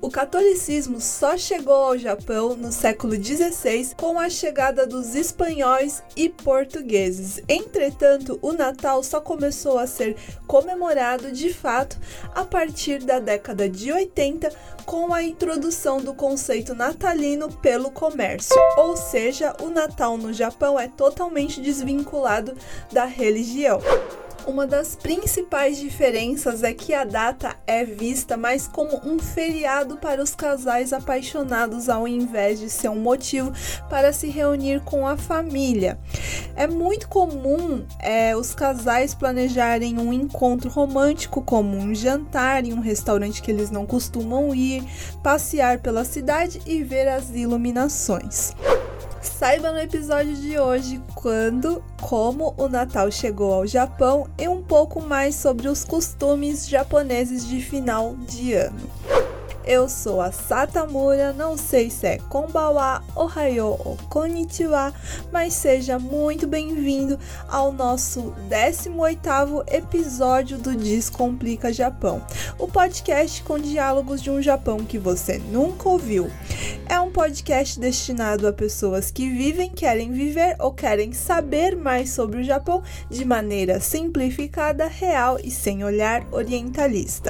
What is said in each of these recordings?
O catolicismo só chegou ao Japão no século XVI com a chegada dos espanhóis e portugueses. Entretanto, o Natal só começou a ser comemorado de fato a partir da década de 80 com a introdução do conceito natalino pelo comércio. Ou seja, o Natal no Japão é totalmente desvinculado da religião. Uma das principais diferenças é que a data é vista mais como um feriado para os casais apaixonados ao invés de ser um motivo para se reunir com a família. É muito comum os casais planejarem um encontro romântico como um jantar em um restaurante que eles não costumam ir, passear pela cidade e ver as iluminações. Saiba no episódio de hoje como o Natal chegou ao Japão e um pouco mais sobre os costumes japoneses de final de ano. Eu sou a Satamura, não sei se é konbawa, ohayo ou konnichiwa, mas seja muito bem-vindo ao nosso 18º episódio do Descomplica Japão, o podcast com diálogos de um Japão que você nunca ouviu. É um podcast destinado a pessoas que vivem, querem viver ou querem saber mais sobre o Japão de maneira simplificada, real e sem olhar orientalista.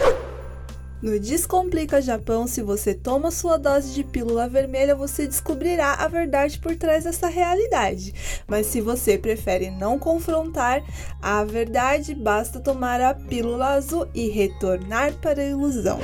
No Descomplica Japão, se você toma sua dose de pílula vermelha, você descobrirá a verdade por trás dessa realidade. Mas se você prefere não confrontar a verdade, basta tomar a pílula azul e retornar para a ilusão.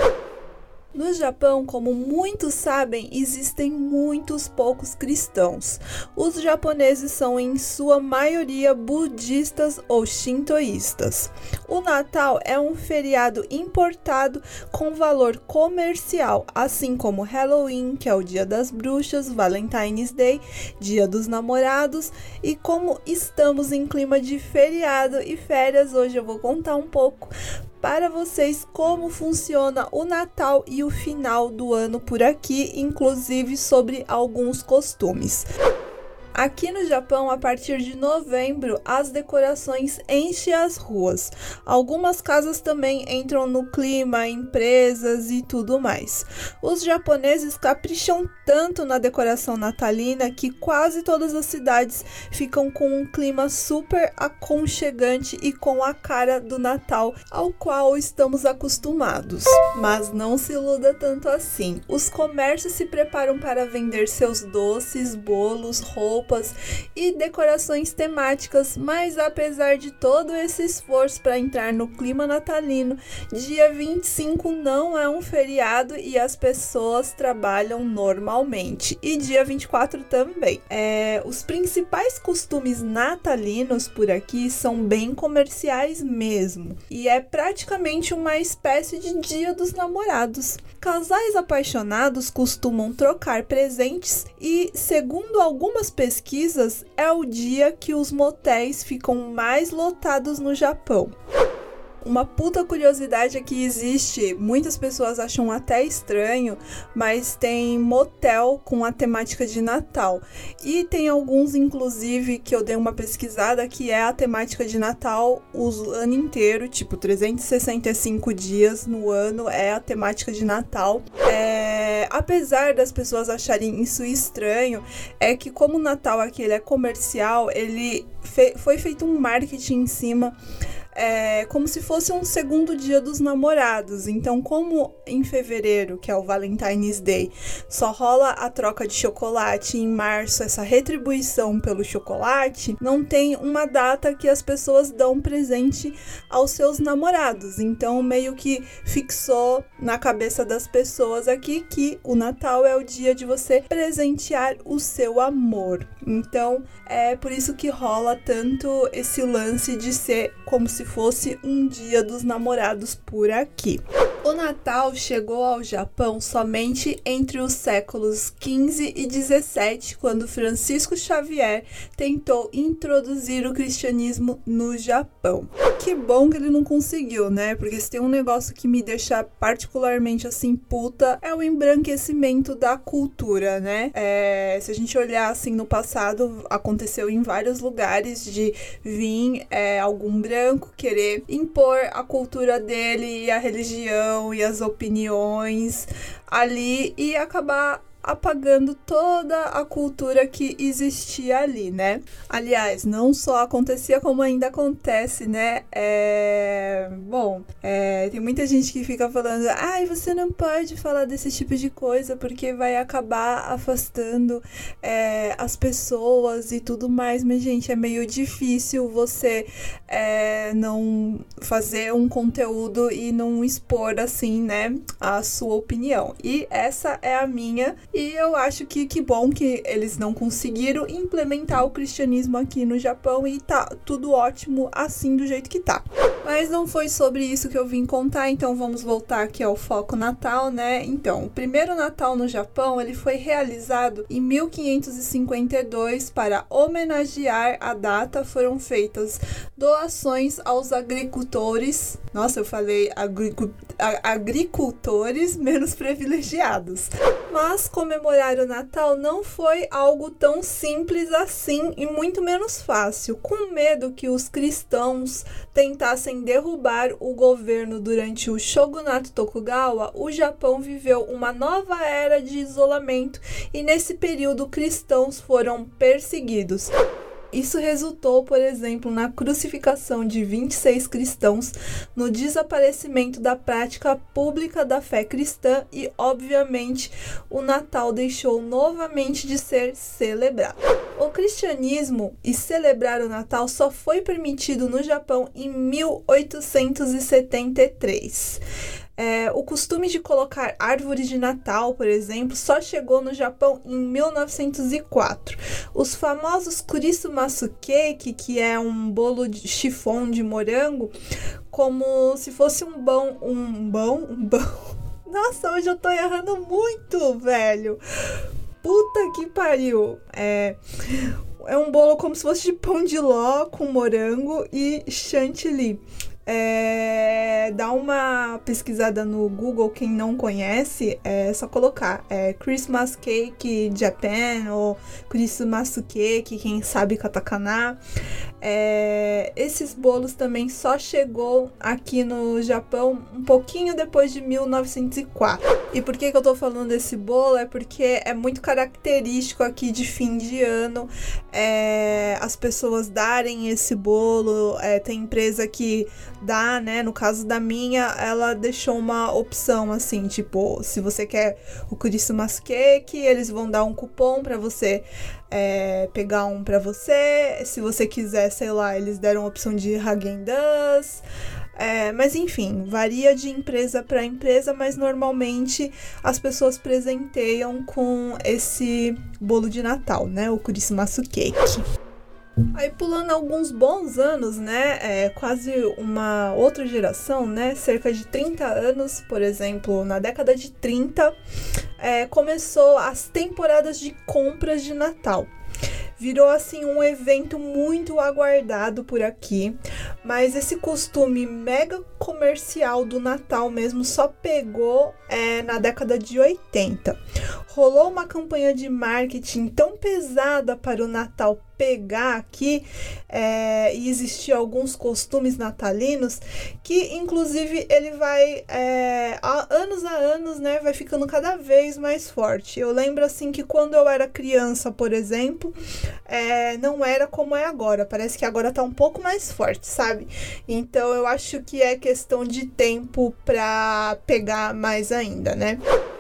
No Japão, como muitos sabem, existem muitos poucos cristãos. Os japoneses são em sua maioria budistas ou shintoístas. O Natal é um feriado importado com valor comercial, assim como Halloween, que é o Dia das Bruxas, Valentine's Day, Dia dos Namorados, e como estamos em clima de feriado e férias, hoje eu vou contar um pouco para vocês como funciona o Natal e o final do ano por aqui, inclusive sobre alguns costumes. Aqui no Japão, a partir de novembro, as decorações enchem as ruas. Algumas casas também entram no clima, empresas e tudo mais. Os japoneses capricham tanto na decoração natalina que quase todas as cidades ficam com um clima super aconchegante e com a cara do Natal ao qual estamos acostumados. Mas não se iluda tanto assim. Os comércios se preparam para vender seus doces, bolos, roupas e decorações temáticas, mas apesar de todo esse esforço para entrar no clima natalino, dia 25 não é um feriado e as pessoas trabalham normalmente, e dia 24 também. Os principais costumes natalinos por aqui são bem comerciais mesmo, e é praticamente uma espécie de Dia dos Namorados. Casais apaixonados costumam trocar presentes e, segundo algumas pesquisas, é o dia que os motéis ficam mais lotados no Japão. Uma puta curiosidade é que existe, muitas pessoas acham até estranho, mas tem motel com a temática de Natal. E tem alguns, inclusive, que eu dei uma pesquisada, que é a temática de Natal o ano inteiro, tipo 365 dias no ano é a temática de Natal. Apesar das pessoas acharem isso estranho, é que como o Natal aqui ele é comercial, ele foi feito um marketing em cima, como se fosse um segundo dia dos namorados. Então, como em fevereiro, que é o Valentine's Day, só rola a troca de chocolate, e em março essa retribuição pelo chocolate, não tem uma data que as pessoas dão presente aos seus namorados. Então, meio que fixou na cabeça das pessoas aqui que o Natal é o dia de você presentear o seu amor. Então, é por isso que rola tanto esse lance de ser como se fosse um dia dos namorados por aqui. O Natal chegou ao Japão somente entre os séculos XV e XVII, quando Francisco Xavier tentou introduzir o cristianismo no Japão. Que bom que ele não conseguiu, né? Porque se tem um negócio que me deixa particularmente assim puta, é o embranquecimento da cultura, né? Se a gente olhar assim no passado, aconteceu em vários lugares de vir algum branco querer impor a cultura dele e a religião religião e as opiniões ali e acabar apagando toda a cultura que existia ali, né? Aliás, não só acontecia como ainda acontece, né? Tem muita gente que fica falando, você não pode falar desse tipo de coisa porque vai acabar afastando as pessoas e tudo mais, mas, gente, é meio difícil você não fazer um conteúdo e não expor, assim, né, a sua opinião. E essa é a minha. E eu acho que bom que eles não conseguiram implementar o cristianismo aqui no Japão e tá tudo ótimo assim do jeito que tá. Mas não foi sobre isso que eu vim contar, então vamos voltar aqui ao foco Natal, né? Então, o primeiro Natal no Japão, ele foi realizado em 1552 para homenagear a data. Foram feitas doações aos agricultores. Nossa, eu falei agricultores menos privilegiados. Mas comemorar o Natal não foi algo tão simples assim e muito menos fácil. Com medo que os cristãos tentassem derrubar o governo durante o Shogunato Tokugawa, o Japão viveu uma nova era de isolamento e nesse período cristãos foram perseguidos. Isso resultou, por exemplo, na crucificação de 26 cristãos, no desaparecimento da prática pública da fé cristã e, obviamente, o Natal deixou novamente de ser celebrado. O cristianismo e celebrar o Natal só foi permitido no Japão em 1873. O costume de colocar árvores de Natal, por exemplo, só chegou no Japão em 1904. Os famosos Kurisumasu Cake, que é um bolo de chiffon de morango, como se fosse um bão. Nossa, hoje eu tô errando muito, velho. Puta que pariu. É um bolo como se fosse de pão de ló com morango e chantilly. Dá uma pesquisada no Google, quem não conhece, é só colocar Christmas Cake Japan ou Christmas Cake, quem sabe katakana. Esses bolos também só chegou aqui no Japão um pouquinho depois de 1904. E por que eu tô falando desse bolo? É porque é muito característico aqui de fim de ano as pessoas darem esse bolo. Tem empresa que dá, né? No caso da minha, ela deixou uma opção assim, tipo, se você quer o Christmas Cake, eles vão dar um cupom pra você pegar um pra você. Se você quiser, sei lá, eles deram a opção de Häagen-Dazs. Mas enfim, varia de empresa para empresa, mas normalmente as pessoas presenteiam com esse bolo de Natal, né? O Christmas Cake. Aí pulando alguns bons anos, né, quase uma outra geração, né, cerca de 30 anos, por exemplo, na década de 30, começou as temporadas de compras de Natal. Virou, assim, um evento muito aguardado por aqui, mas esse costume mega comercial do Natal mesmo só pegou na década de 80. Rolou uma campanha de marketing tão pesada para o Natal pegar aqui e existir alguns costumes natalinos que, inclusive, ele vai, anos a anos, né, vai ficando cada vez mais forte. Eu lembro, assim, que quando eu era criança, por exemplo, não era como é agora. Parece que agora tá um pouco mais forte, sabe? Então, eu acho que é questão de tempo pra pegar mais ainda, né?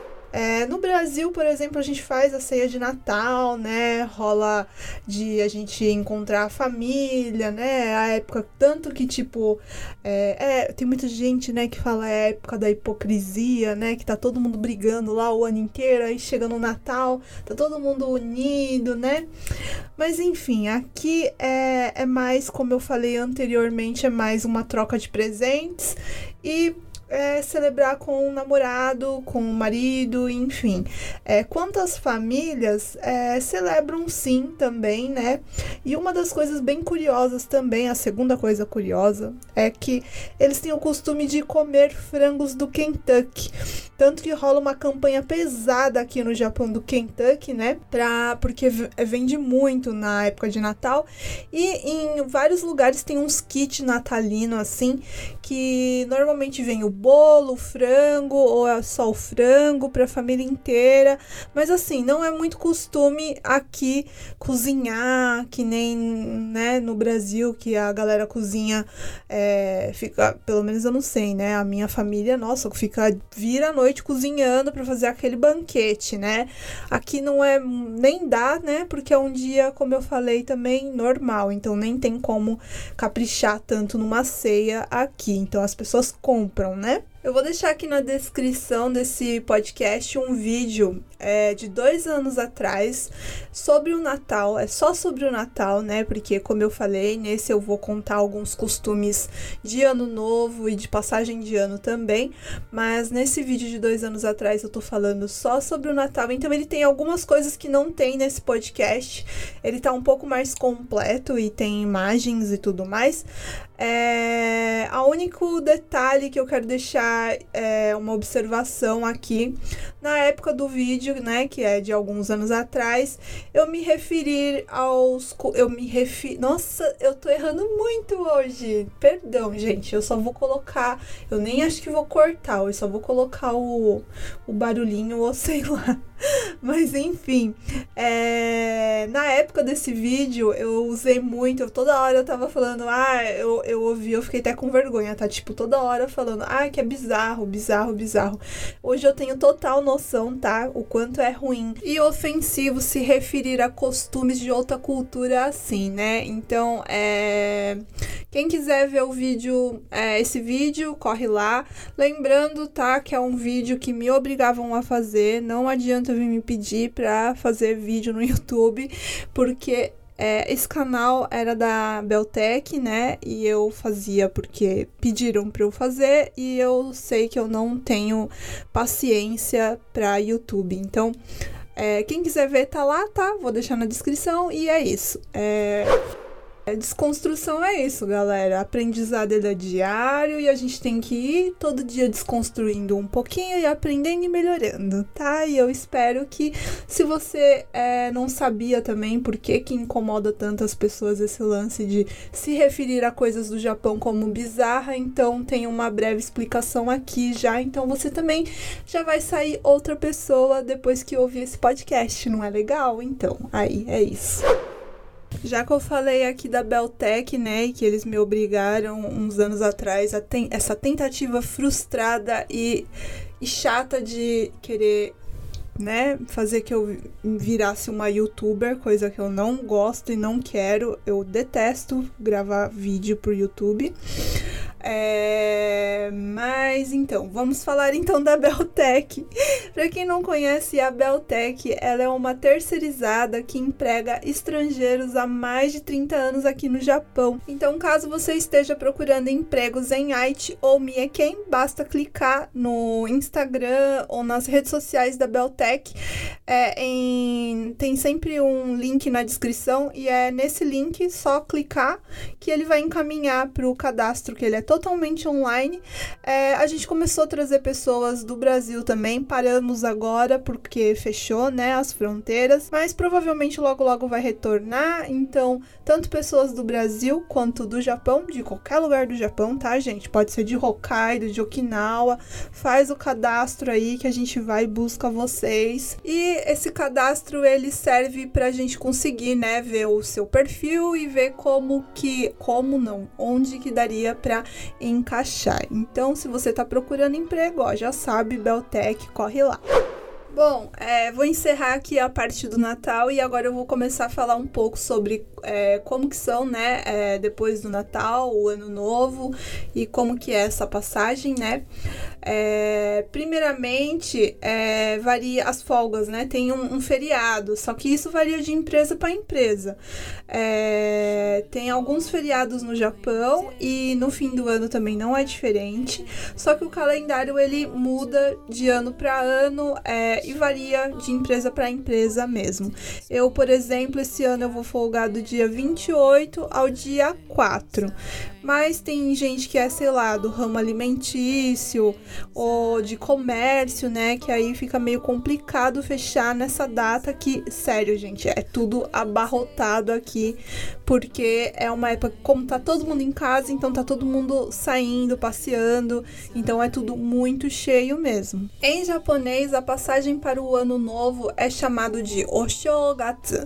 No Brasil, por exemplo, a gente faz a ceia de Natal, né? Rola de a gente encontrar a família, né? A época, tanto que, tipo, tem muita gente, né, que fala a época da hipocrisia, né? Que tá todo mundo brigando lá o ano inteiro, aí chega no Natal, tá todo mundo unido, né? Mas, enfim, aqui é mais, como eu falei anteriormente, é mais uma troca de presentes e celebrar com o namorado, com o marido, enfim. Quantas famílias celebram sim também, né? E uma das coisas bem curiosas também, a segunda coisa curiosa, é que eles têm o costume de comer frangos do Kentucky. Tanto que rola uma campanha pesada aqui no Japão do Kentucky, né? Porque vende muito na época de Natal. E em vários lugares tem uns kits natalinos, assim, que normalmente vem o bolo, o frango, ou é só o frango pra família inteira. Mas assim, não é muito costume aqui cozinhar, que nem, né, no Brasil, que a galera cozinha, fica, pelo menos eu não sei, né? A minha família, nossa, vira a noite cozinhando pra fazer aquele banquete, né? Aqui não é, nem dá, né? Porque é um dia, como eu falei, também normal. Então nem tem como caprichar tanto numa ceia aqui. Então as pessoas compram, né? Eu vou deixar aqui na descrição desse podcast um vídeo de 2 anos atrás sobre o Natal. É só sobre o Natal, né? Porque, como eu falei, nesse eu vou contar alguns costumes de ano novo e de passagem de ano também. Mas nesse vídeo de 2 anos atrás eu tô falando só sobre o Natal. Então ele tem algumas coisas que não tem nesse podcast. Ele tá um pouco mais completo e tem imagens e tudo mais. O único detalhe que eu quero deixar uma observação aqui. Na época do vídeo, né, que é de alguns anos atrás, eu me referi aos... Nossa, eu tô errando muito hoje. Perdão, gente, eu só vou colocar... Eu nem acho que vou cortar, eu só vou colocar o barulhinho, ou sei lá. Mas enfim, na época desse vídeo eu usei muito, toda hora eu tava falando, eu ouvi, eu fiquei até com vergonha, tá? Tipo, toda hora falando, que é bizarro. Hoje eu tenho total noção, tá? O quanto é ruim e ofensivo se referir a costumes de outra cultura assim, né? Então, quem quiser ver o vídeo, esse vídeo, corre lá. Lembrando, tá? Que é um vídeo que me obrigavam a fazer, não adianta vir me pedir pra fazer vídeo no YouTube, porque esse canal era da Beltec, né, e eu fazia porque pediram pra eu fazer, e eu sei que eu não tenho paciência pra YouTube, então quem quiser ver tá lá, tá? Vou deixar na descrição, e é isso. Desconstrução é isso, galera. Aprendizado é diário e a gente tem que ir todo dia desconstruindo um pouquinho e aprendendo e melhorando, tá? E eu espero que, se você não sabia também por que incomoda tanto as pessoas esse lance de se referir a coisas do Japão como bizarra, então tem uma breve explicação aqui já. Então você também já vai sair outra pessoa depois que ouvir esse podcast, não é legal? Então, aí, é isso. Já que eu falei aqui da Beltec, né, e que eles me obrigaram uns anos atrás a essa tentativa frustrada e chata de querer, né, fazer que eu virasse uma youtuber, coisa que eu não gosto e não quero. Eu detesto gravar vídeo pro YouTube. Mas então, vamos falar então da Beltec. Para quem não conhece, a Beltec, ela é uma terceirizada que emprega estrangeiros há mais de 30 anos aqui no Japão. Então, caso você esteja procurando empregos em Aichi ou Mieken, basta clicar no Instagram ou nas redes sociais da Beltec. Tem sempre um link na descrição e é nesse link, só clicar, que ele vai encaminhar para o cadastro, que ele é totalmente online. A gente começou a trazer pessoas do Brasil também, paramos agora porque fechou, né, as fronteiras, mas provavelmente logo vai retornar. Então, tanto pessoas do Brasil quanto do Japão, de qualquer lugar do Japão, tá, gente? Pode ser de Hokkaido, de Okinawa. Faz o cadastro aí que a gente vai e busca vocês. E esse cadastro, ele serve pra gente conseguir, né, ver o seu perfil e ver onde que daria pra encaixar. Então, se você tá procurando emprego, já sabe, Beltec, corre lá. Bom, vou encerrar aqui a parte do Natal e agora eu vou começar a falar um pouco sobre como que são, né, depois do Natal, o Ano Novo e como que é essa passagem, né. Primeiramente, varia as folgas, né, tem um feriado, só que isso varia de empresa para empresa. Tem alguns feriados no Japão e no fim do ano também não é diferente, só que o calendário ele muda de ano para ano. e varia de empresa para empresa mesmo. Eu, por exemplo, esse ano eu vou folgar do dia 28 ao dia 4. Mas tem gente que é, sei lá, do ramo alimentício ou de comércio, né? Que aí fica meio complicado fechar nessa data que, sério, gente, é tudo abarrotado aqui. Porque é uma época, como tá todo mundo em casa, então tá todo mundo saindo, passeando. Então é tudo muito cheio mesmo. Em japonês, a passagem para o ano novo é chamado de Oshogatsu.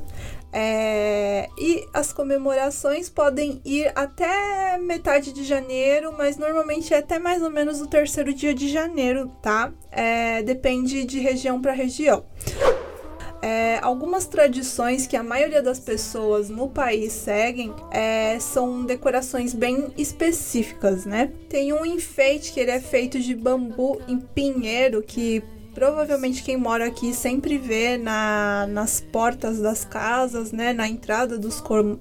E as comemorações podem ir até metade de janeiro, mas normalmente é até mais ou menos o terceiro dia de janeiro, tá? Depende de região para região. Algumas tradições que a maioria das pessoas no país seguem são decorações bem específicas, né? Tem um enfeite que ele é feito de bambu em pinheiro, que provavelmente quem mora aqui sempre vê nas portas das casas, né? Na entrada dos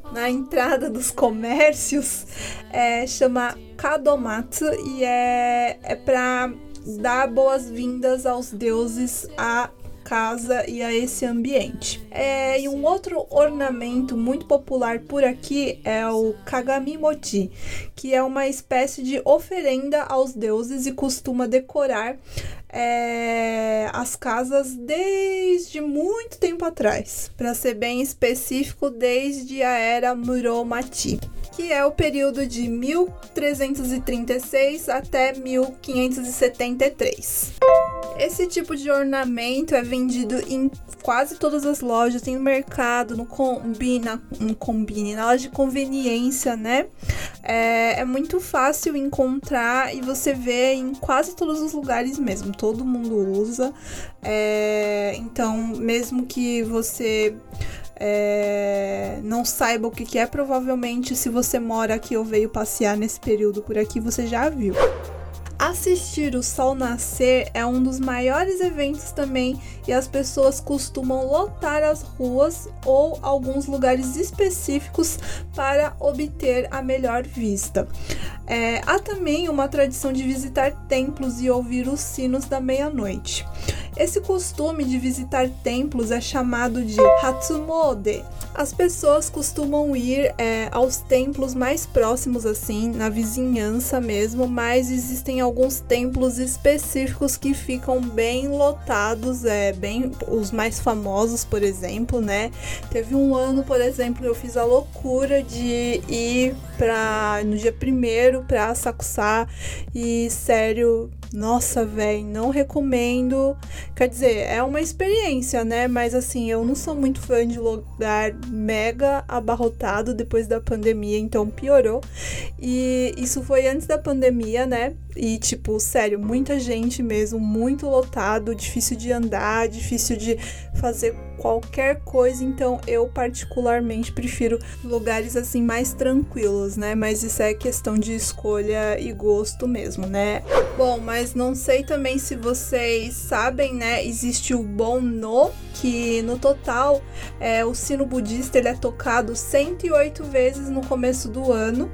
comércios. Chama Kadomatsu e é para dar boas-vindas aos deuses à casa e a esse ambiente. E um outro ornamento muito popular por aqui é o Kagamimochi, que é uma espécie de oferenda aos deuses e costuma decorar as casas desde muito tempo atrás. Para ser bem específico, desde a era Muromachi, que é o período de 1336 até 1573. Esse tipo de ornamento é vendido em quase todas as lojas, tem no mercado, no combine, na loja de conveniência, né? É muito fácil encontrar e você vê em quase todos os lugares mesmo, todo mundo usa. Então, mesmo que você não saiba o que é, provavelmente se você mora aqui ou veio passear nesse período por aqui, você já viu. Assistir o sol nascer é um dos maiores eventos também e as pessoas costumam lotar as ruas ou alguns lugares específicos para obter a melhor vista. Há também uma tradição de visitar templos e ouvir os sinos da meia-noite. Esse costume de visitar templos é chamado de Hatsumode. As pessoas costumam ir aos templos mais próximos, assim, na vizinhança mesmo, mas existem alguns templos específicos que ficam bem lotados, bem os mais famosos, por exemplo, né? Teve um ano, por exemplo, eu fiz a loucura de ir no dia 1º pra Asakusa e, sério, nossa, velho, não recomendo. Quer dizer, é uma experiência, né? Mas assim, eu não sou muito fã de lugar mega abarrotado depois da pandemia, então piorou. E isso foi antes da pandemia, né? E tipo, sério, muita gente mesmo, muito lotado, difícil de andar, difícil de fazer qualquer coisa. Então eu particularmente prefiro lugares assim mais tranquilos, né? Mas isso é questão de escolha e gosto mesmo, né? Bom, mas não sei também se vocês sabem, né? Existe o Bon-no, que no total o sino budista ele é tocado 108 vezes no começo do ano.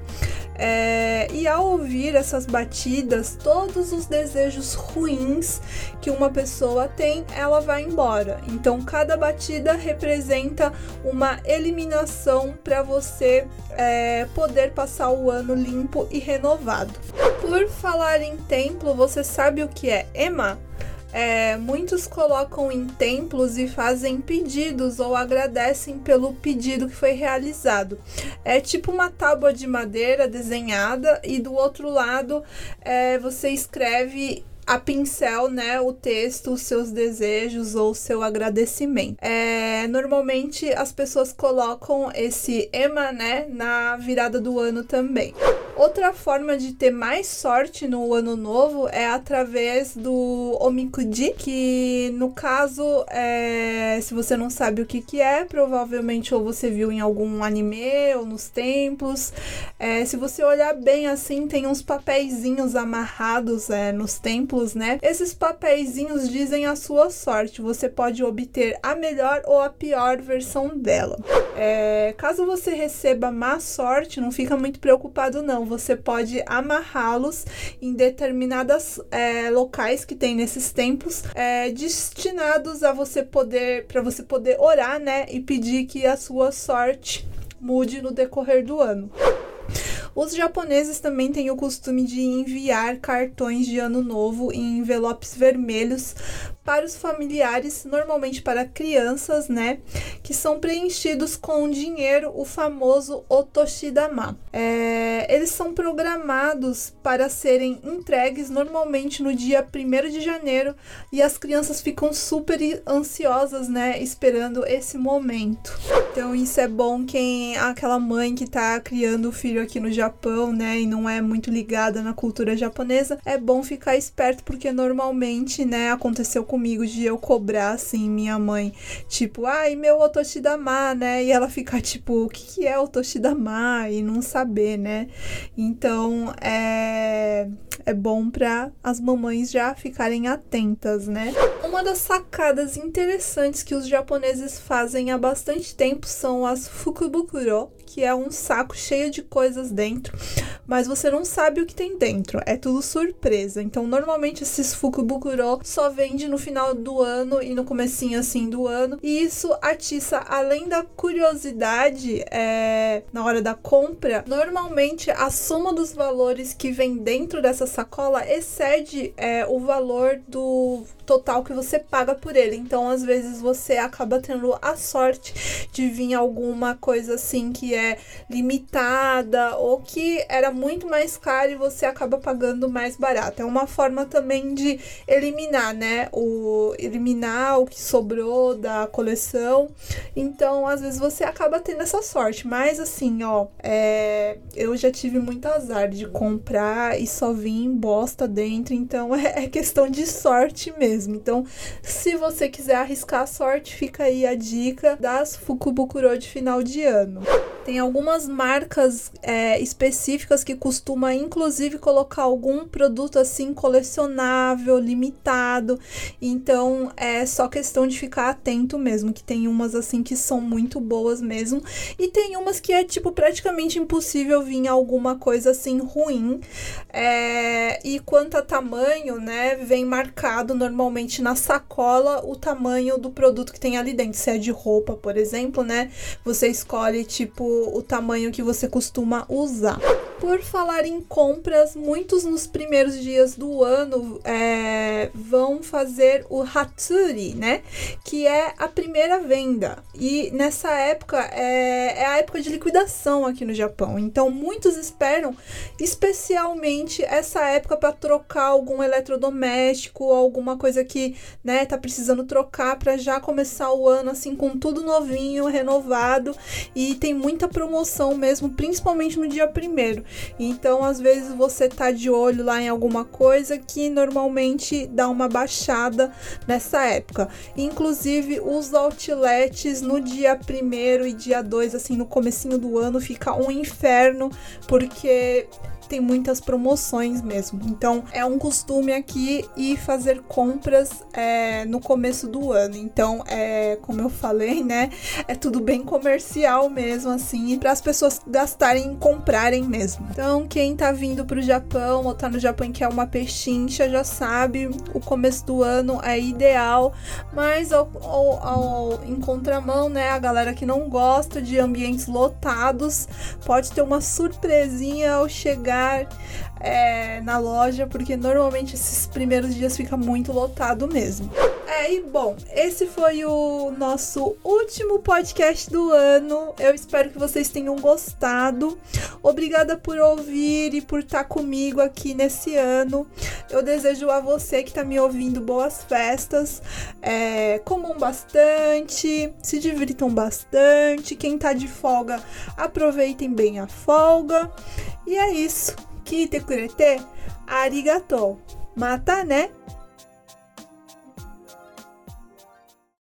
E ao ouvir essas batidas, todos os desejos ruins que uma pessoa tem, ela vai embora. Então, cada batida representa uma eliminação para você poder passar o ano limpo e renovado. Por falar em templo, você sabe o que é ema? Muitos colocam em templos e fazem pedidos ou agradecem pelo pedido que foi realizado. É tipo uma tábua de madeira desenhada e do outro lado você escreve a pincel, né, o texto, os seus desejos ou o seu agradecimento. Normalmente as pessoas colocam esse ema, né, na virada do ano também. Outra forma de ter mais sorte no ano novo é através do omikuji, que no caso, se você não sabe o que é, provavelmente ou você viu em algum anime ou nos templos. Se você olhar bem assim, tem uns papeizinhos amarrados nos templos, né? Esses papeizinhos dizem a sua sorte. Você pode obter a melhor ou a pior versão dela. Caso você receba má sorte, não fica muito preocupado não, você pode amarrá-los em determinados locais que tem nesses templos, destinados a para você poder orar, né, e pedir que a sua sorte mude no decorrer do ano. Os japoneses também têm o costume de enviar cartões de ano novo em envelopes vermelhos para os familiares, normalmente para crianças, né, que são preenchidos com dinheiro, o famoso otoshidama. Eles são programados para serem entregues normalmente no dia 1º de janeiro e as crianças ficam super ansiosas, né, esperando esse momento. Então isso é bom aquela mãe que tá criando o filho aqui no Japão, né, e não é muito ligada na cultura japonesa, é bom ficar esperto porque normalmente, né, aconteceu comigo de eu cobrar, assim, minha mãe, tipo, ai, meu otoshidama, né, e ela ficar tipo, o que é otoshidama? E não saber, né, então é bom para as mamães já ficarem atentas, né. Uma das sacadas interessantes que os japoneses fazem há bastante tempo são as fukubukuro, que é um saco cheio de coisas dentro, mas você não sabe o que tem dentro, é tudo surpresa. Então, normalmente esses fukubukuro só vende no final do ano e no comecinho assim do ano, e isso atiça, além da curiosidade na hora da compra, normalmente a soma dos valores que vem dentro dessa sacola excede o valor do total que você paga por ele. Então, às vezes, você acaba tendo a sorte de vir alguma coisa assim que é limitada ou que era muito mais caro e você acaba pagando mais barato. É uma forma também de eliminar, né? Eliminar o que sobrou da coleção. Então, às vezes, você acaba tendo essa sorte. Mas, assim, eu já tive muito azar de comprar e só vir bosta dentro. Então, é questão de sorte mesmo. Então, se você quiser arriscar a sorte, fica aí a dica das fukubukuro de final de ano. Tem algumas marcas específicas que costumam, inclusive, colocar algum produto assim colecionável, limitado. Então, é só questão de ficar atento mesmo, que tem umas assim que são muito boas mesmo. E tem umas que é, tipo, praticamente impossível vir alguma coisa assim ruim. E quanto a tamanho, né, vem marcado normalmente na sacola o tamanho do produto que tem ali dentro. Se é de roupa, por exemplo, né, você escolhe, tipo, o tamanho que você costuma usar. Por falar em compras, muitos nos primeiros dias do ano vão fazer o Hatsuri, né? Que é a primeira venda. E nessa época é a época de liquidação aqui no Japão. Então, muitos esperam especialmente essa época para trocar algum eletrodoméstico, alguma coisa que, né, tá precisando trocar para já começar o ano assim com tudo novinho, renovado. E tem muita promoção mesmo, principalmente no dia 1º. Então, às vezes, você tá de olho lá em alguma coisa que normalmente dá uma baixada nessa época. Inclusive, os outlets no dia 1º e dia 2, assim, no comecinho do ano, fica um inferno, porque tem muitas promoções mesmo. Então, é um costume aqui ir fazer compras no começo do ano. Então, como eu falei, né? É tudo bem comercial mesmo, assim, para as pessoas gastarem e comprarem mesmo. Então, quem tá vindo pro Japão ou tá no Japão e quer uma pechincha, já sabe, o começo do ano é ideal, mas em contramão, né? A galera que não gosta de ambientes lotados pode ter uma surpresinha ao chegar na loja, porque normalmente esses primeiros dias fica muito lotado mesmo. E bom, esse foi o nosso último podcast do ano. Eu espero que vocês tenham gostado. Obrigada por ouvir e por estar comigo aqui nesse ano. Eu desejo a você que está me ouvindo boas festas. Comam bastante, se divirtam bastante. Quem tá de folga, aproveitem bem a folga. E é isso. Kite kurete, arigatou. Mata, né?